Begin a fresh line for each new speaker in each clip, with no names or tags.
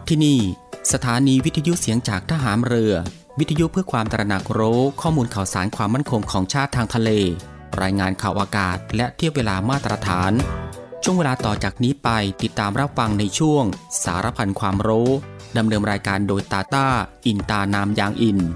ที่นี่สถานีวิทยุเสียงจากทหารเรือวิทยุเพื่อความตระหนักรู้ข้อมูลข่าวสารความมั่นคงของชาติทางทะเลรายงานข่าวอากาศและเทียบเวลามาตรฐานช่วงเวลาต่อจากนี้ไปติดตามรับฟังในช่วงสารพันความรู้ดำเนินรายการโดยตาต้าอินตานามยางอิน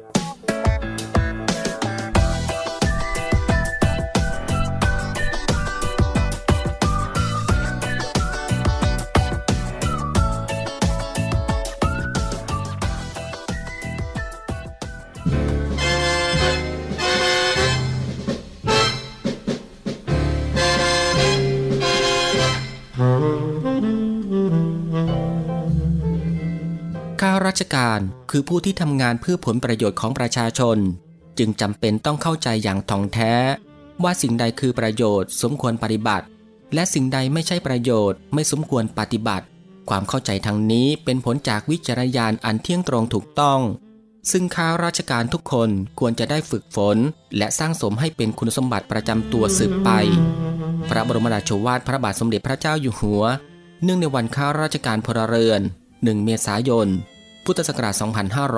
ข้าราชการคือผู้ที่ทำงานเพื่อผลประโยชน์ของประชาชนจึงจำเป็นต้องเข้าใจอย่างถ่องแท้ว่าสิ่งใดคือประโยชน์สมควรปฏิบัติและสิ่งใดไม่ใช่ประโยชน์ไม่สมควรปฏิบัติความเข้าใจทางนี้เป็นผลจากวิจารณญาณอันเที่ยงตรงถูกต้องซึ่งข้าราชการทุกคนควรจะได้ฝึกฝนและสร้างสมให้เป็นคุณสมบัติประจำตัวสืบไปพระบรมราโชวาทพระบาทสมเด็จพระเจ้าอยู่หัวเนื่องในวันข้าราชการพลเรือน1 เมษายน พุทธศักราช 2565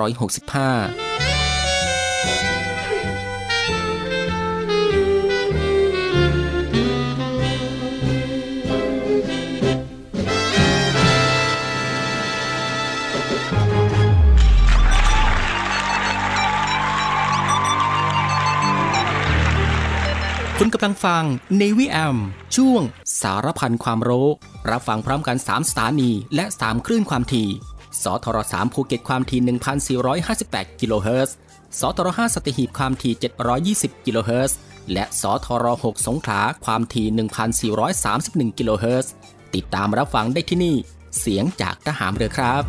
คุณกำลังฟัง Navy AM ช่วงสารพันความรู้รับฟังพร้อมกัน3สถานีและ3คลื่นความถี่สทร3ภูเก็ตความถี่ 1,458 กิโลเฮิรตซ์สทร5สัตหีบความถี่720 กิโลเฮิรตซ์และสทร6สงขลาความถี่ 1,431 กิโลเฮิรตซ์ติดตามรับฟังได้ที่นี่เสียงจากทหารเรือครับ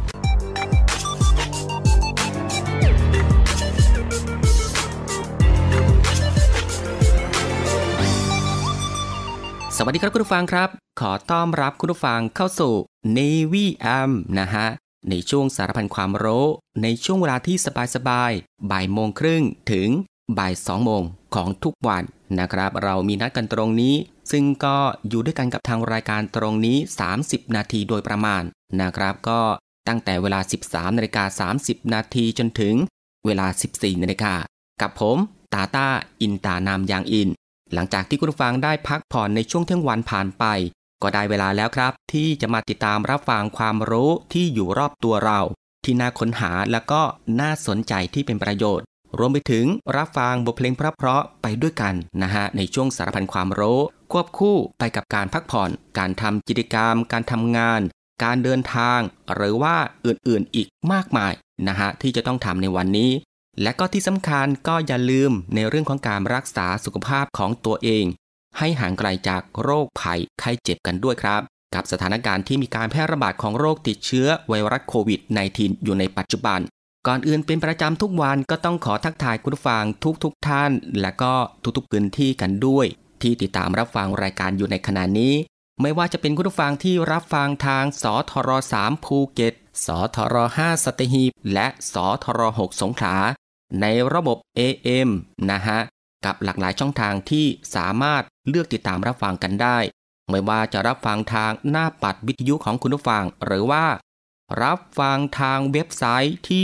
สวัสดีครับคุณผู้ฟังครับขอต้อนรับคุณผู้ฟังเข้าสู่ Navy AM นะฮะในช่วงสารพันความรู้ในช่วงเวลาที่สบายๆ 13:30 ถึง 14:00 ของทุกวันนะครับเรามีนัดกันตรงนี้ซึ่งก็อยู่ด้วยกันกับทางรายการตรงนี้30นาทีโดยประมาณนะครับก็ตั้งแต่เวลา 13:30 นาทีจนถึงเวลา 14:00 นกับผมตาต้าอินตานามยางอินหลังจากที่คุณผู้ฟังได้พักผ่อนในช่วงเที่ยงวันผ่านไปก็ได้เวลาแล้วครับที่จะมาติดตามรับฟังความรู้ที่อยู่รอบตัวเราที่น่าค้นหาและก็น่าสนใจที่เป็นประโยชน์รวมไปถึงรับฟังบทเพลงเพราะๆไปด้วยกันนะฮะในช่วงสารพันความรู้ควบคู่ไปกับการพักผ่อนการทำกิจกรรมการทำงานการเดินทางหรือว่าอื่นๆอีกมากมายนะฮะที่จะต้องทำในวันนี้และก็ที่สำคัญก็อย่าลืมในเรื่องของการรักษาสุขภาพของตัวเองให้ห่างไกลจากโรคภัยไข้เจ็บกันด้วยครับกับสถานการณ์ที่มีการแพร่ระบาดของโรคติดเชื้อไวรัสโควิด -19 อยู่ในปัจจุบันก่อนอื่นเป็นประจำทุกวันก็ต้องขอทักทายคุณผู้ฟังทุกท่านและก็ทุกพื้นที่กันด้วยที่ติดตามรับฟังรายการอยู่ในขณะนี้ไม่ว่าจะเป็นคุณผู้ฟังที่รับฟังทางสทร3ภูเก็ตสทร5สัตหีบและสทร6สงขลาในระบบ AM นะฮะกับหลากหลายช่องทางที่สามารถเลือกติดตามรับฟังกันได้ไม่ว่าจะรับฟังทางหน้าปัดวิทยุของคุณผู้ฟังหรือว่ารับฟังทางเว็บไซต์ที่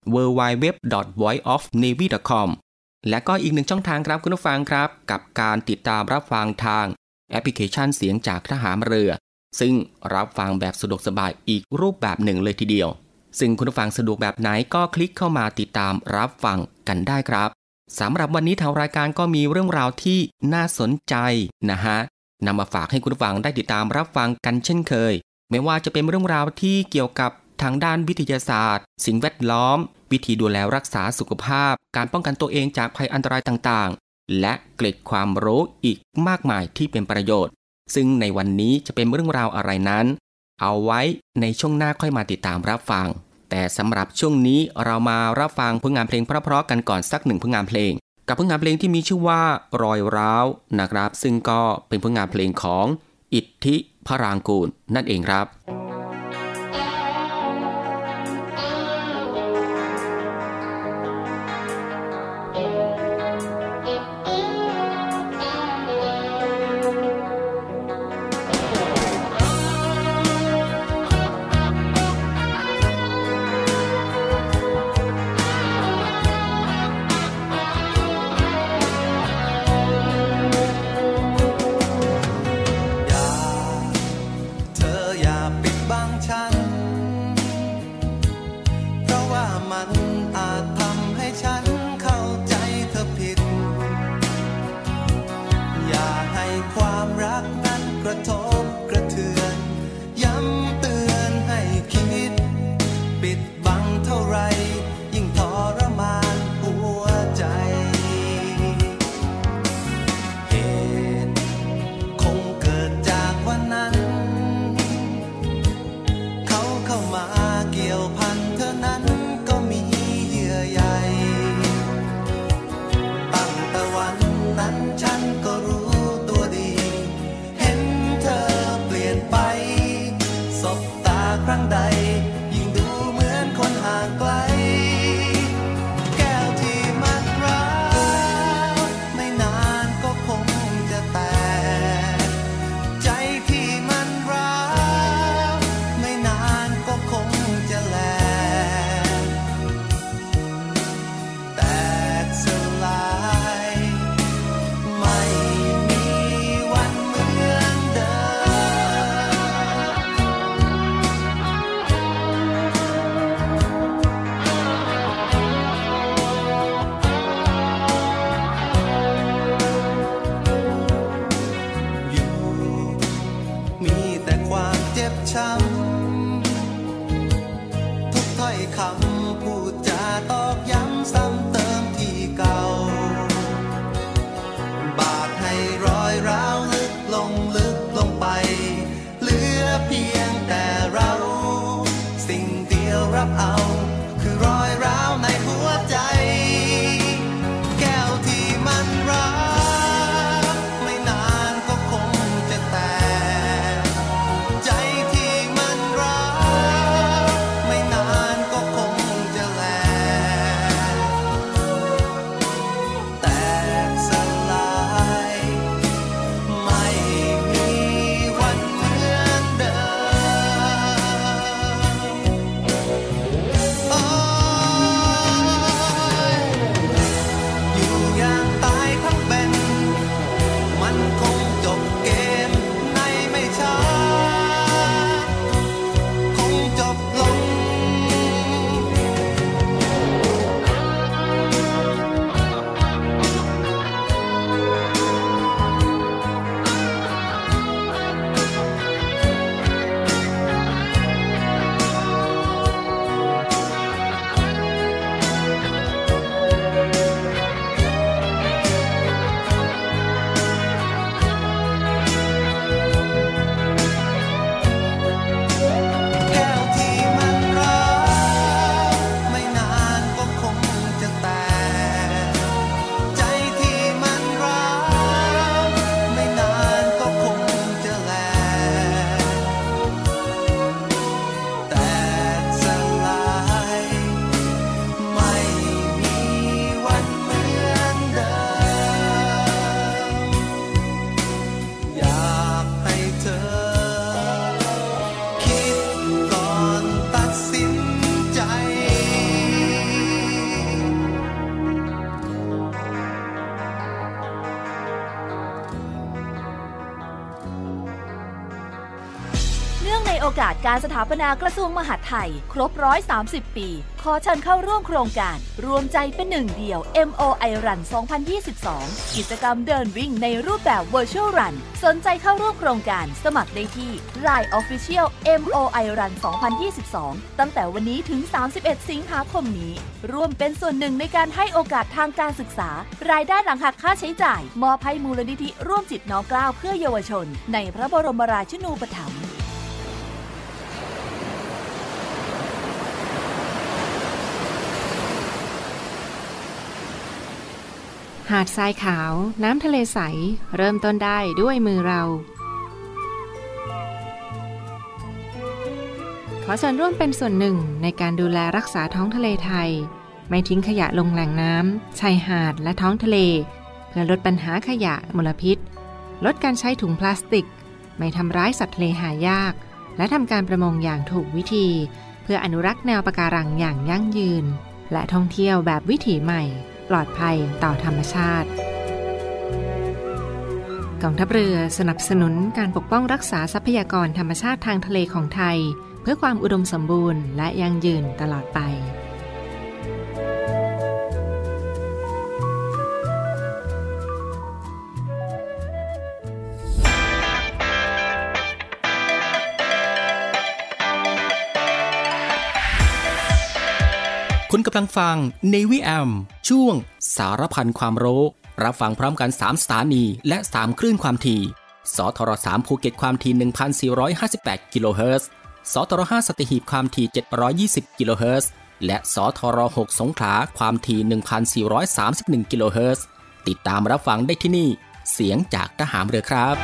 www.voiceofnavy.com และก็อีกหนึ่งช่องทางครับคุณผู้ฟังครับกับการติดตามรับฟังทางแอปพลิเคชันเสียงจากทหารเรือซึ่งรับฟังแบบสะดวกสบายอีกรูปแบบหนึ่งเลยทีเดียวซึ่งคุณผู้ฟังสะดวกแบบไหนก็คลิกเข้ามาติดตามรับฟังกันได้ครับสำหรับวันนี้ทางรายการก็มีเรื่องราวที่น่าสนใจนะฮะนำมาฝากให้คุณผู้ฟังได้ติดตามรับฟังกันเช่นเคยไม่ว่าจะเป็นเรื่องราวที่เกี่ยวกับทางด้านวิทยาศาสตร์สิ่งแวดล้อมวิธีดูแลรักษาสุขภาพการป้องกันตัวเองจากภัยอันตรายต่างๆและเกร็ดความรู้อีกมากมายที่เป็นประโยชน์ซึ่งในวันนี้จะเป็นเรื่องราวอะไรนั้นเอาไว้ในช่วงหน้าค่อยมาติดตามรับฟังแต่สำหรับช่วงนี้เรามารับฟังผลงานเพลงเพราะๆกันก่อนสัก1ผลงานเพลงกับผลงานเพลงที่มีชื่อว่ารอยร้าวนะครับซึ่งก็เป็นผลงานเพลงของอิทธิพรางกูลนั่นเองครับ
เโอกาสการสถาปนากระทรวงมหาดไทยครบ130 ปีขอเชิญเข้าร่วมโครงการรวมใจเป็นหนึ่งเดียว MOI Run 2022 กิจกรรมเดินวิ่งในรูปแบบ Virtual Run สนใจเข้าร่วมโครงการสมัครได้ที่ LINE Official MOI Run 2022 ตั้งแต่วันนี้ถึง 31 สิงหาคมนี้ร่วมเป็นส่วนหนึ่งในการให้โอกาสทางการศึกษารายได้หลังหักค่าใช้จ่ายมอบให้มูลนิธิร่วมจิตน้อมเกล้าเพื่อเยาวชนในพระบรมราชินูปถัมภ์
หาดทรายขาวน้ำทะเลใสเริ่มต้นได้ด้วยมือเราขอเชิญร่วมเป็นส่วนหนึ่งในการดูแลรักษาท้องทะเลไทยไม่ทิ้งขยะลงแหล่งน้ำชายหาดและท้องทะเลเพื่อลดปัญหาขยะมลพิษลดการใช้ถุงพลาสติกไม่ทำร้ายสัตว์ทะเลหายากและทำการประมงอย่างถูกวิธีเพื่ออนุรักษ์แนวปะการังอย่างยั่งยืนและท่องเที่ยวแบบวิถีใหม่ปลอดภัยต่อธรรมชาติกองทัพเรือสนับสนุนการปกป้องรักษาทรัพยากรธรรมชาติทางทะเลของไทยเพื่อความอุดมสมบูรณ์และยั่งยืนตลอดไป
คุณกำลังฟัง Navy AM ช่วงสารพันความรู้รับฟังพร้อมกัน3สถานีและ3คลื่นความถี่สทร3ภูเก็ตความถี่ 1,458 กิโลเฮิรตซ์สทร5สัตหีบความถี่720กิโลเฮิรตซ์และสทร6สงขลาความถี่ 1,431 กิโลเฮิรตซ์ติดตามรับฟังได้ที่นี่เสียงจากทหารเรือครับ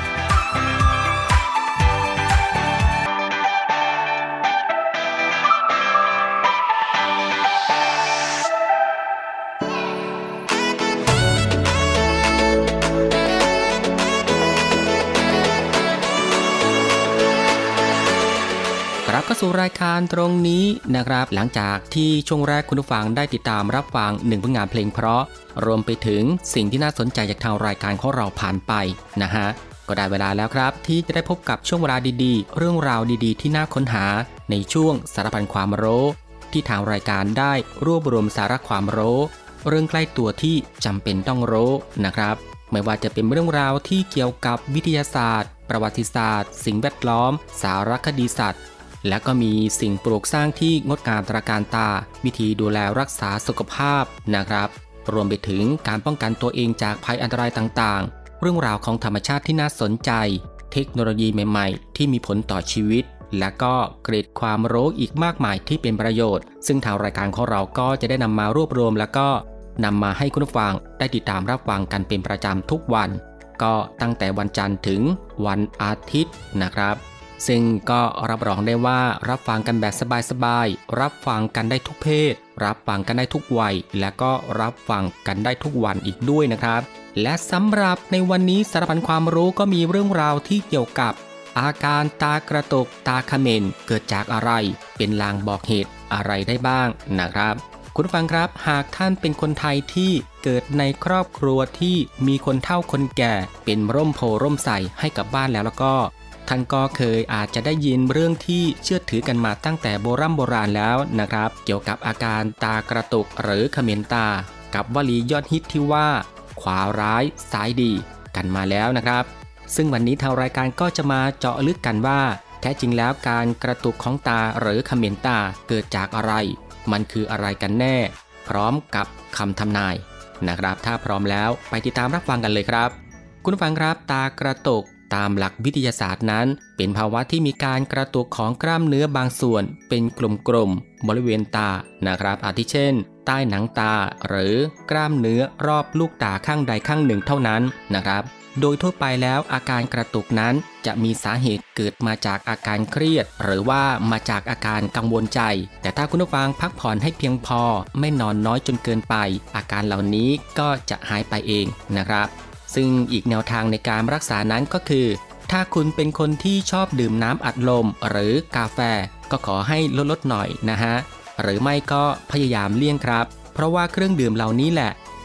เข้าสู่รายการตรงนี้นะครับหลังจากที่ช่วงแรกคุณผู้ฟังได้ติดตามรับฟัง1ผลงานเพลงเพราะรวมไปถึงสิ่งที่น่าสนใจจากทางรายการของเราผ่านไปนะฮะก็ได้เวลาแล้วครับที่จะได้พบกับช่วงเวลาดีๆเรื่องราวดีๆที่น่าค้นหาในช่วงสารพันความรู้ที่ทางรายการได้รวบรวมสาระความรู้เรื่องใกล้ตัวที่จำเป็นต้องรู้นะครับไม่ว่าจะเป็นเรื่องราวที่เกี่ยวกับวิทยาศาสตร์ประวัติศาสตร์สิ่งแวดล้อมสารคดีสัตว์และก็มีสิ่งปลูกสร้างที่งดงามตระการตาวิธีดูแลรักษาสุขภาพนะครับรวมไปถึงการป้องกันตัวเองจากภัยอันตรายต่างๆเรื่องราวของธรรมชาติที่น่าสนใจเทคโนโลยีใหม่ๆที่มีผลต่อชีวิตและก็เกร็ดความรู้อีกมากมายที่เป็นประโยชน์ซึ่งทางรายการของเราก็จะได้นำมารวบรวมแล้วก็นำมาให้คุณผู้ฟังได้ติดตามรับฟังกันเป็นประจำทุกวันก็ตั้งแต่วันจันทร์ถึงวันอาทิตย์นะครับซึ่งก็รับรองได้ว่ารับฟังกันแบบสบายๆรับฟังกันได้ทุกเพศรับฟังกันได้ทุกวัยและก็รับฟังกันได้ทุกวันอีกด้วยนะครับและสำหรับในวันนี้สารพันความรู้ก็มีเรื่องราวที่เกี่ยวกับอาการตากระตุกตาเขม็นเกิดจากอะไรเป็นลางบอกเหตุอะไรได้บ้างนะครับคุณผู้ฟังครับหากท่านเป็นคนไทยที่เกิดในครอบครัวที่มีคนเฒ่าคนแก่เป็นร่มโพร่มใสให้กับบ้านแล้วก็ท่านก็เคยอาจจะได้ยินเรื่องที่เชื่อถือกันมาตั้งแต่โบราณแล้วนะครับเกี่ยวกับอาการตากระตุกหรือเขม็นตากับวลียอดฮิตที่ว่าขวาร้ายซ้ายดีกันมาแล้วนะครับซึ่งวันนี้ทางรายการก็จะมาเจาะลึกกันว่าแท้จริงแล้วการกระตุกของตาหรือเขม็นตาเกิดจากอะไรมันคืออะไรกันแน่พร้อมกับคำทำนายนะครับถ้าพร้อมแล้วไปติดตามรับฟังกันเลยครับคุณผู้ฟังครับตากระตุกตามหลักวิทยาศาสตร์นั้นเป็นภาวะที่มีการกระตุกของกล้ามเนื้อบางส่วนเป็นกลุ่มๆบริเวณตานะครับอาทิเช่นใต้หนังตาหรือกล้ามเนื้อรอบลูกตาข้างใดข้างหนึ่งเท่านั้นนะครับโดยทั่วไปแล้วอาการกระตุกนั้นจะมีสาเหตุเกิดมาจากอาการเครียดหรือว่ามาจากอาการกังวลใจแต่ถ้าคุณผู้ฟังพักผ่อนให้เพียงพอไม่นอนน้อยจนเกินไปอาการเหล่านี้ก็จะหายไปเองนะครับซึ่งอีกแนวทางในการรักษานั้นก็คือถ้าคุณเป็นคนที่ชอบดื่มน้ำอัดลมหรือกาแฟก็ขอให้ลดหน่อยนะฮะหรือไม่ก็พยายามเลี่ยงครับเพราะว่าเครื่องดื่มเหล่านี้แหละท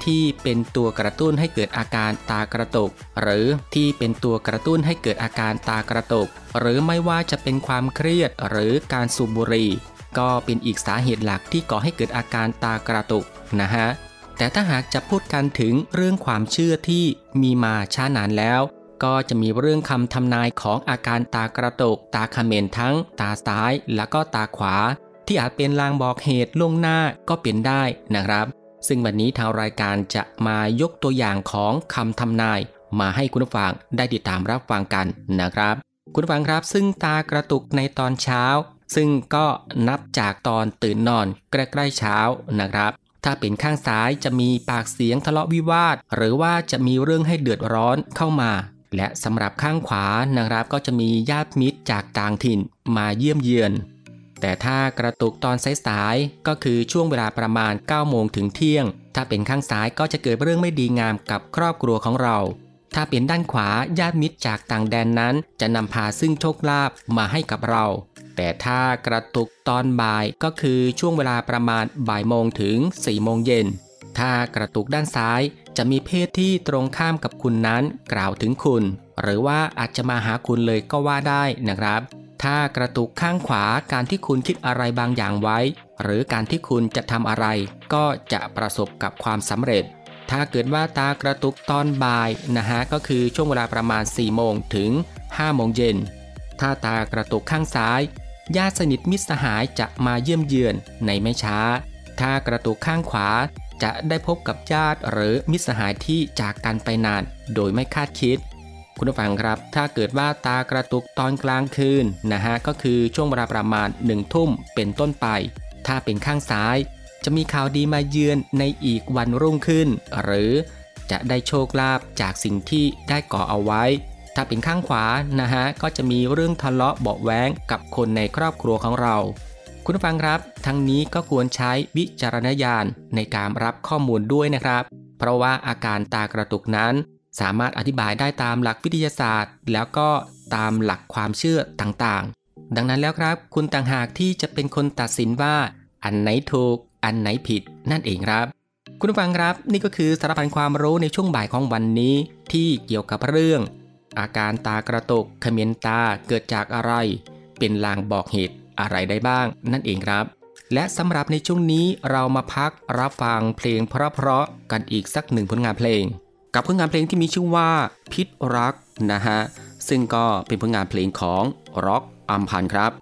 ที่เป็นตัวกระตุ้นให้เกิดอาการตากระตุกหรือที่เป็นตัวกระตุ้นให้เกิดอาการตากระตุกหรือไม่ว่าจะเป็นความเครียดหรือการสูบบุหรี่ก็เป็นอีกสาเหตุหลักที่ก่อให้เกิดอาการตากระตุกนะฮะแต่ถ้าหากจะพูดกันถึงเรื่องความเชื่อที่มีมาช้านานแล้วก็จะมีเรื่องคำทำนายของอาการตากระตุกตาเขม็งทั้งตาซ้ายแล้วก็ตาขวาที่อาจเป็นลางบอกเหตุล่วงหน้าก็เป็นได้นะครับซึ่งวันนี้ทางรายการจะมายกตัวอย่างของคำทำนายมาให้คุณผู้ฟังได้ติดตามรับฟังกันนะครับคุณผู้ฟังครับซึ่งตากระตุกในตอนเช้าซึ่งก็นับจากตอนตื่นนอนใกล้ๆเช้านะครับถ้าเป็นข้างซ้ายจะมีปากเสียงทะเลาะวิวาทหรือว่าจะมีเรื่องให้เดือดร้อนเข้ามาและสำหรับข้างขวานะครับก็จะมีญาติมิตรจากต่างถิ่นมาเยี่ยมเยือนแต่ถ้ากระตุกตอนสายๆก็คือช่วงเวลาประมาณ 9 โมงถึงเที่ยงถ้าเป็นข้างซ้ายก็จะเกิดเรื่องไม่ดีงามกับครอบครัวของเราถ้าเป็นด้านขวาญาติมิตรจากต่างแดนนั้นจะนำพาซึ่งโชคลาภมาให้กับเราแต่ถ้ากระตุกตอนบ่ายก็คือช่วงเวลาประมาณบ่ายโมงถึง 4 โมงเย็นถ้ากระตุกด้านซ้ายจะมีเพศที่ตรงข้ามกับคุณนั้นกล่าวถึงคุณหรือว่าอาจจะมาหาคุณเลยก็ว่าได้นะครับถ้ากระตุกข้างขวาการที่คุณคิดอะไรบางอย่างไว้หรือการที่คุณจะทำอะไรก็จะประสบกับความสำเร็จถ้าเกิดว่าตากระตุกตอนบ่ายนะฮะก็คือช่วงเวลาประมาณ 4 โมงถึง 5 โมงเย็นถ้าตากระตุกข้างซ้ายญาติสนิทมิตรสหายจะมาเยี่ยมเยือนในไม่ช้าถ้ากระตุกข้างขวาจะได้พบกับญาติหรือมิตรสหายที่จากกันไปนานโดยไม่คาดคิดคุณผู้ฟังครับถ้าเกิดว่าตากระตุกตอนกลางคืนนะฮะก็คือช่วงเวลาประมาณ 1 ทุ่มเป็นต้นไปถ้าเป็นข้างซ้ายจะมีข่าวดีมาเยือนในอีกวันรุ่งขึ้นหรือจะได้โชคลาภจากสิ่งที่ได้ก่อเอาไว้ถ้าเป็นข้างขวานะฮะก็จะมีเรื่องทะเลาะเบาะแว้งกับคนในครอบครัวของเราคุณผู้ฟังครับทั้งนี้ก็ควรใช้วิจารณญาณในการรับข้อมูลด้วยนะครับเพราะว่าอาการตากระตุกนั้นสามารถอธิบายได้ตามหลักวิทยาศาสตร์แล้วก็ตามหลักความเชื่อต่างๆดังนั้นแล้วครับคุณต่างหากที่จะเป็นคนตัดสินว่าอันไหนถูกอันไหนผิดนั่นเองครับคุณผู้ฟังครับนี่ก็คือสารพันความรู้ในช่วงบ่ายของวันนี้ที่เกี่ยวกับเรื่องอาการตากระตุกเขม็งตาเกิดจากอะไรเป็นลางบอกเหตุอะไรได้บ้างนั่นเองครับและสำหรับในช่วงนี้เรามาพักรับฟังเพลงเพราะๆกันอีกสักหนึ่งผลงานเพลงกับผลงานเพลงที่มีชื่อว่าพิษรักนะฮะซึ่งก็เป็นผลงานเพลงของร็อกอัมพันธ์ครับ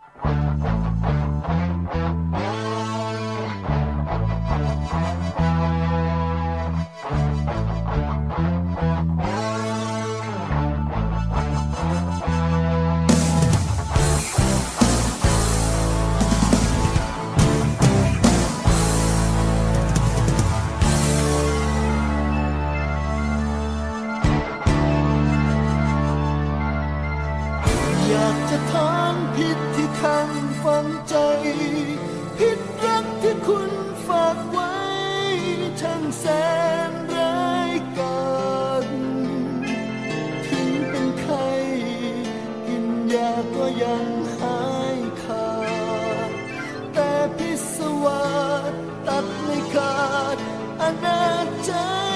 จะทานพิษที่ขังฝังใจพิษรักที่คุณฝากไว้ช่างแสนร้ายกาจถึงเป็นไข้กินยาก็ยังหายขาดแต่พิษวาสตัดไม่ขาดอนาจใจ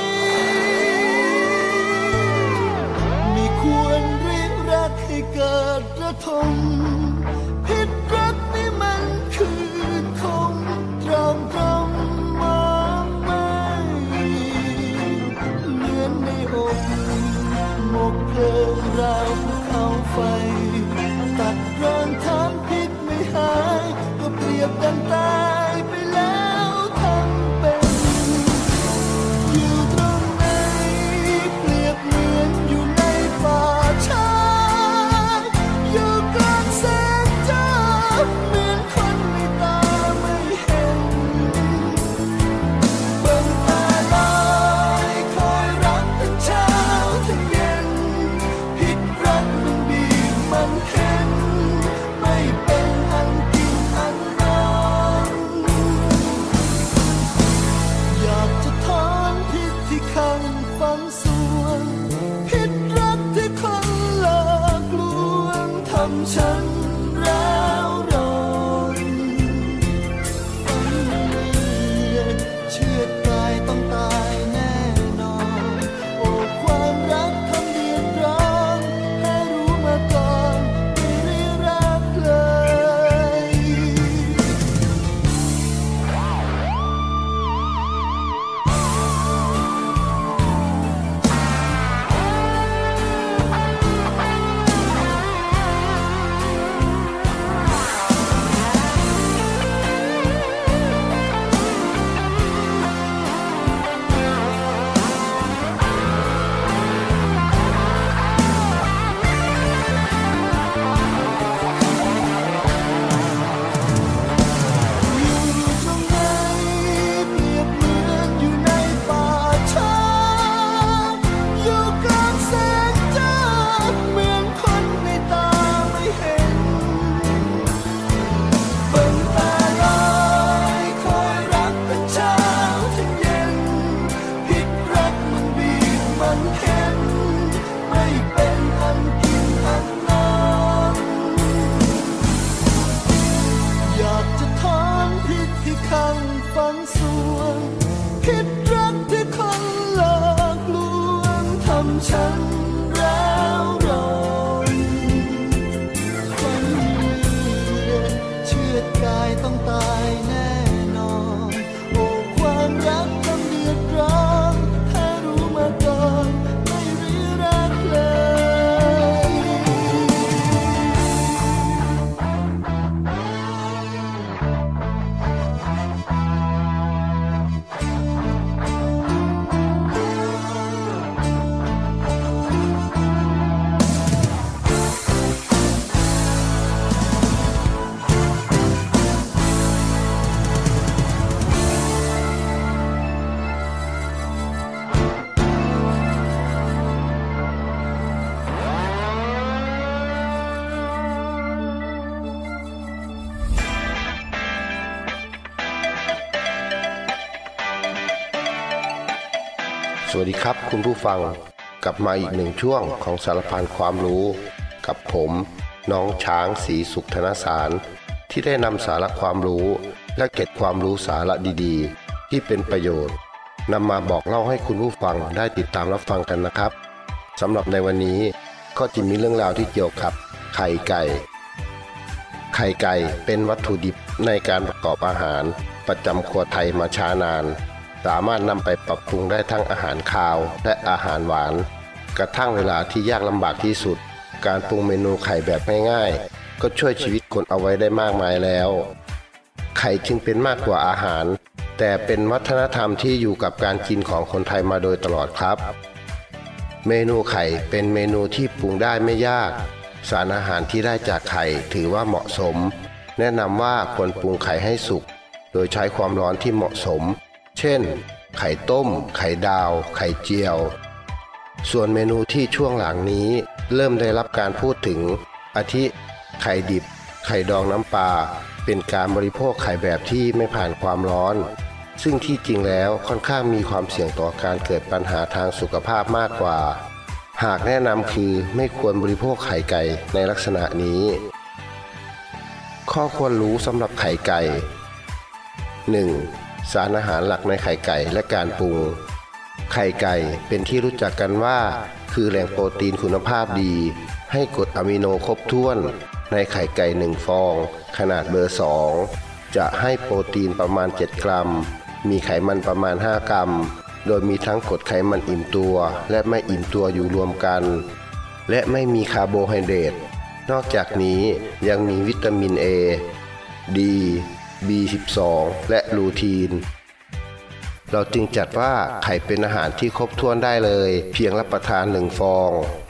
ไม่ควรรีบรักให้เกิดระทมพิษรักนี่มันคือคงตรอมตรอมมองไม่เหมือนในอกหมกเพลิงราวภูเขาไฟตัดร้อนทานพิษไม่หายก็เปรียบดังตายไปแล้วทั้งเป็นอยู่ตรงไหนเปรียบเหมือนอยู่ในป่าช้าอยู่กลางแสงจ้าเหมือนคนไม่ตาไม่เห็นเบิ่งตาลอยคอยรักทั้งเช้าทั้งเย็นพิษรักมันบีบมันฉันร้าวรนฝันเชื่อดกายต้องตายแน่นอนโอ้ความรักทำเดือดร้อนถ้ารู้มาก่อนไม่รีรักเลย
สวัสดีครับคุณผู้ฟังกลับมาอีกหนึ่งช่วงของสารพันความรู้กับผมน้องช้างศรีสุขธนสารที่ได้นำสาระความรู้และเก็บความรู้สาระดีๆที่เป็นประโยชน์นำมาบอกเล่าให้คุณผู้ฟังได้ติดตามรับฟังกันนะครับสำหรับในวันนี้ก็จะมีเรื่องราวที่เกี่ยวกับไข่ไก่ไข่ไก่เป็นวัตถุดิบในการประกอบอาหารประจำครัวไทยมาช้านานสามารถนำไปปรับปรุงได้ทั้งอาหารคาวและอาหารหวานกระทั่งเวลาที่ยากลำบากที่สุดการปรุงเมนูไข่แบบง่ายๆก็ช่วยชีวิตคนเอาไว้ได้มากมายแล้วไข่จึงเป็นมากกว่าอาหารแต่เป็นวัฒนธรรมที่อยู่กับการกินของคนไทยมาโดยตลอดครับเมนูไข่เป็นเมนูที่ปรุงได้ไม่ยากสารอาหารที่ได้จากไข่ถือว่าเหมาะสมแนะนำว่าควรปรุงไข่ให้สุกโดยใช้ความร้อนที่เหมาะสมเช่นไข่ต้มไข่ดาวไข่เจียวส่วนเมนูที่ช่วงหลังนี้เริ่มได้รับการพูดถึงอาทิไข่ดิบไข่ดองน้ำปลาเป็นการบริโภคไข่แบบที่ไม่ผ่านความร้อนซึ่งที่จริงแล้วค่อนข้างมีความเสี่ยงต่อการเกิดปัญหาทางสุขภาพมากกว่าหากแนะนำคือไม่ควรบริโภคไข่ไก่ในลักษณะนี้ข้อควรรู้สำหรับไข่ไก่ 1. สารอาหารหลักในไข่ไก่และการปรุงไข่ไก่เป็นที่รู้จักกันว่าคือแหล่งโปรตีนคุณภาพดีให้กรดอะมิโนครบถ้วนในไข่ไก่1ฟองขนาดเบอร์2จะให้โปรตีนประมาณ7กรัมมีไขมันประมาณ5กรัมโดยมีทั้งกรดไขมันอิ่มตัวและไม่อิ่มตัวอยู่รวมกันและไม่มีคาร์โบไฮเดรตนอกจากนี้ยังมีวิตามิน A D B12 และลูทีนเราจึงจัดว่าไข่เป็นอาหารที่ครบถ้วนได้เลยเพียงรับประทาน1ฟอง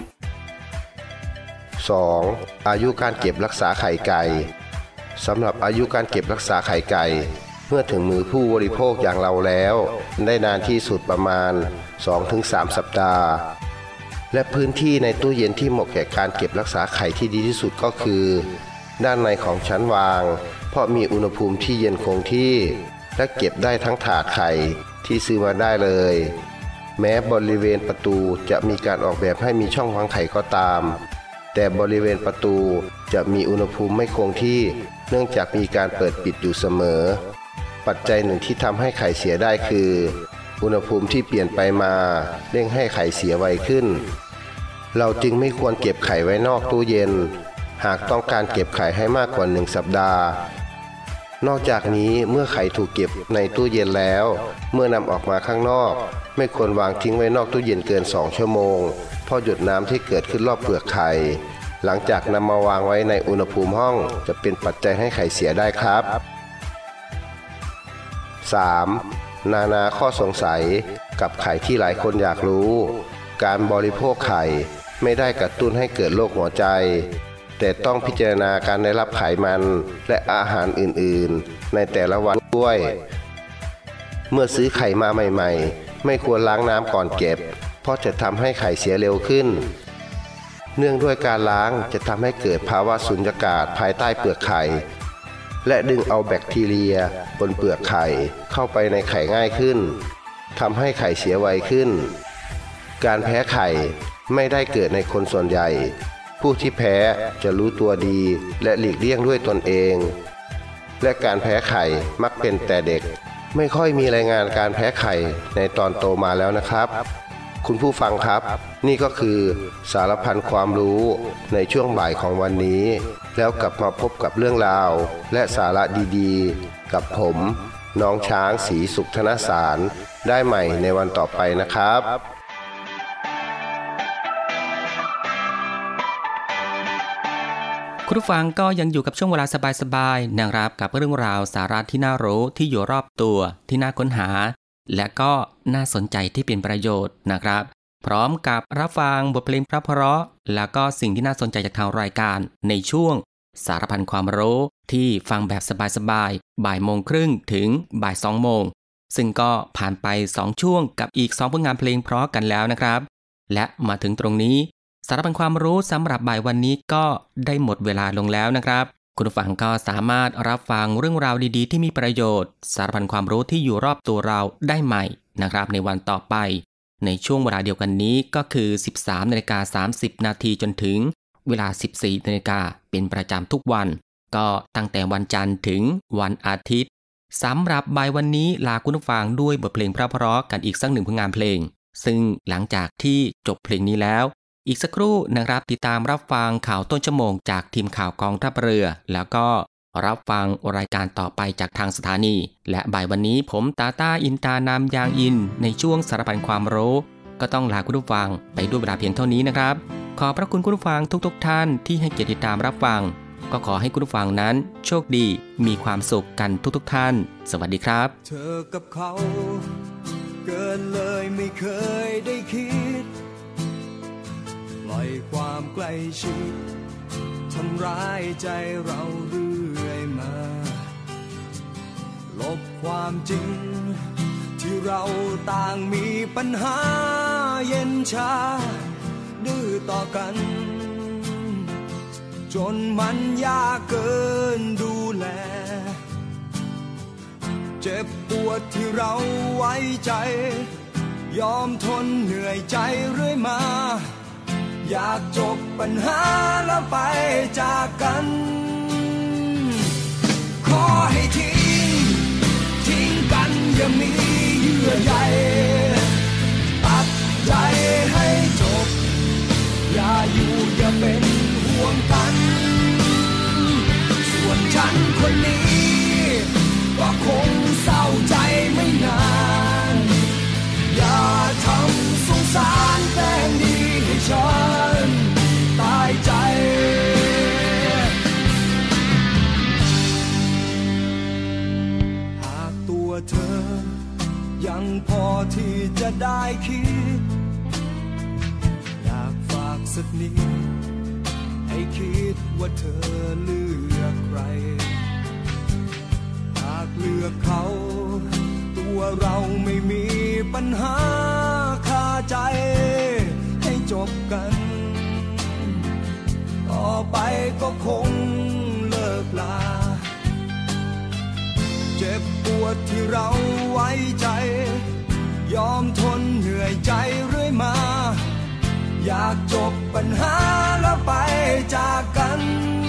2. อายุการเก็บรักษาไข่ไก่สำหรับอายุการเก็บรักษาไข่ไก่เมื่อถึงมือผู้บริโภคอย่างเราแล้วได้นานที่สุดประมาณ 2-3 สัปดาห์และพื้นที่ในตู้เย็นที่เหมาะแก่การเก็บรักษาไข่ที่ดีที่สุดก็คือด้านในของชั้นวางเพราะมีอุณหภูมิที่เย็นคงที่และเก็บได้ทั้งถาดไข่ที่ซื้อมาได้เลยแม้บริเวณประตูจะมีการออกแบบให้มีช่องวางไข่ก็ตามแต่บริเวณประตูจะมีอุณหภูมิไม่คงที่เนื่องจากมีการเปิดปิดอยู่เสมอปัจจัยหนึ่งที่ทำให้ไข่เสียได้คืออุณหภูมิที่เปลี่ยนไปมาเร่งให้ไข่เสียไวขึ้นเราจึงไม่ควรเก็บไข่ไว้นอกตู้เย็นหากต้องการเก็บไข่ให้มากกว่า1สัปดาห์นอกจากนี้เมื่อไข่ถูกเก็บในตู้เย็นแล้วเมื่อนำออกมาข้างนอกไม่ควรวางทิ้งไว้นอกตู้เย็นเกิน2ชั่วโมงเพราะหยดน้ำที่เกิดขึ้นรอบเปลือกไข่หลังจากนำมาวางไว้ในอุณหภูมิห้องจะเป็นปัจจัยให้ไข่เสียได้ครับ 3. นานาข้อสงสัยกับไข่ที่หลายคนอยากรู้การบริโภคไข่ไม่ได้กระตุ้นให้เกิดโรคหัวใจแต่ต้องพิจารณาการได้รับไขมันและอาหารอื่นๆในแต่ละวันด้วยเมื่อซื้อไข่มาใหม่ๆไม่ควรล้างน้ำก่อนเก็บเพราะจะทำให้ไข่เสียเร็วขึ้นเนื่องด้วยการล้างจะทำให้เกิดภาวะสุญญากาศภายใต้เปลือกไข่และดึงเอาแบคทีเรียบนเปลือกไข่เข้าไปในไข่ง่ายขึ้นทำให้ไข่เสียไวขึ้นการแพ้ไข่ไม่ได้เกิดในคนส่วนใหญ่ผู้ที่แพ้จะรู้ตัวดีและหลีกเลี่ยงด้วยตนเองและการแพ้ไข่มักเป็นแต่เด็กไม่ค่อยมีรายงานการแพ้ไข่ในตอนโตมาแล้วนะครับคุณผู้ฟังครับนี่ก็คือสารพันความรู้ในช่วงบ่ายของวันนี้แล้วกลับมาพบกับเรื่องราวและสาระดีๆกับผมน้องช้างศรีสุขธนสารได้ใหม่ในวันต่อไปนะครับ
คุณผู้ฟังก็ยังอยู่กับช่วงเวลาสบายๆนะครับกับเรื่องราวสาระที่น่ารู้ที่อยู่รอบตัวที่น่าค้นหาและก็น่าสนใจที่เป็นประโยชน์นะครับพร้อมกับรับฟังบทเพลงเพราะๆแล้วก็สิ่งที่น่าสนใจจากทางรายการในช่วงสารพันความรู้ที่ฟังแบบสบายๆบ่ายโมงครึ่งถึงบ่าย2โมงซึ่งก็ผ่านไป2ช่วงกับอีก2ผลงานเพลงเพราะกันแล้วนะครับและมาถึงตรงนี้สารพันความรู้สำหรับบ่ายวันนี้ก็ได้หมดเวลาลงแล้วนะครับคุณผู้ฟังก็สามารถรับฟังเรื่องราวดีๆที่มีประโยชน์สารพันความรู้ที่อยู่รอบตัวเราได้ใหม่นะครับในวันต่อไปในช่วงเวลาเดียวกันนี้ก็คือ 13:30 น.จนถึงเวลา 14:00 น.เป็นประจำทุกวันก็ตั้งแต่วันจันทร์ถึงวันอาทิตย์สำหรับบ่ายวันนี้ลาคุณผู้ฟังด้วยบทเพลงเพราะๆกันอีกสักหนึ่งผลงานเพลงซึ่งหลังจากที่จบเพลงนี้แล้วอีกสักครู่นะครับติดตามรับฟังข่าวต้นชั่วโมงจากทีมข่าวกองทัพเรือแล้วก็รับฟังรายการต่อไปจากทางสถานีและบ่ายวันนี้ผมตาต้าอินตานามยางอินในช่วงสารพันความรู้ก็ต้องลาคุณผู้ฟังไปด้วยเวลาเพียงเท่านี้นะครับขอบพระคุณคุณผู้ฟังทุกท่านที่ให้เกียรติติดตามรับฟังก็ขอให้คุณผู้ฟังนั้นโชคดีมีความสุขกันทุกท่านสวัสดีครับ
เธอกับเขาเกินเลยไม่เคยได้คิดปล่อยความใกล้ชิดทำร้ายใจเราเรื่อยมาลบความจริงที่เราต่างมีปัญหาเย็นชาดื้อต่อกันจนมันยากเกินดูแลเจ็บปวดที่เราไว้ใจยอมทนเหนื่อยใจเรื่อยมาอยากจบปัญหาแล้วไปจากกันขอให้ทิ้งกันอย่ามีเยื่อใยตัดใจให้จบอย่าอยู่อย่าเป็นห่วงกันส่วนฉันคนนี้ก็คงเศร้าใจไม่นานอย่าทำสงสารแกล้งดีให้ฉันตายใจหากตัวเธอยังพอที่จะได้คิดอยากฝากสักนิดให้คิดว่าเธอเลือกใครหากเลือกเขาตัวเราไม่มีปัญหาคาใจให้จบกันต่อไปก็คงเลิกลาเจ็บปวดที่เราไว้ใจยอมทนเหนื่อยใจเรื่อยมาอยากจบปัญหาแล้วไปจากกัน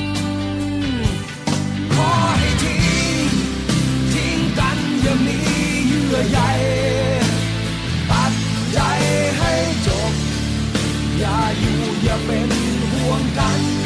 ขอให้ทิ้งกันอย่ามีเยื่อใยตัดใจให้จบอย่าอยู่อย่าเป็นห่วงกัน